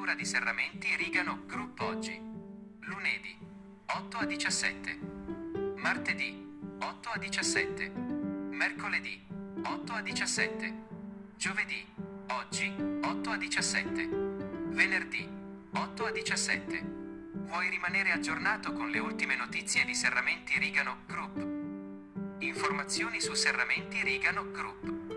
lettura di Serramenti Rigano Group oggi. Lunedì 8 a 17. Martedì 8 a 17. Mercoledì 8 a 17. Giovedì oggi 8 a 17. Venerdì 8 a 17. Vuoi rimanere aggiornato con le ultime notizie di Serramenti Rigano Group? Informazioni su Serramenti Rigano Group.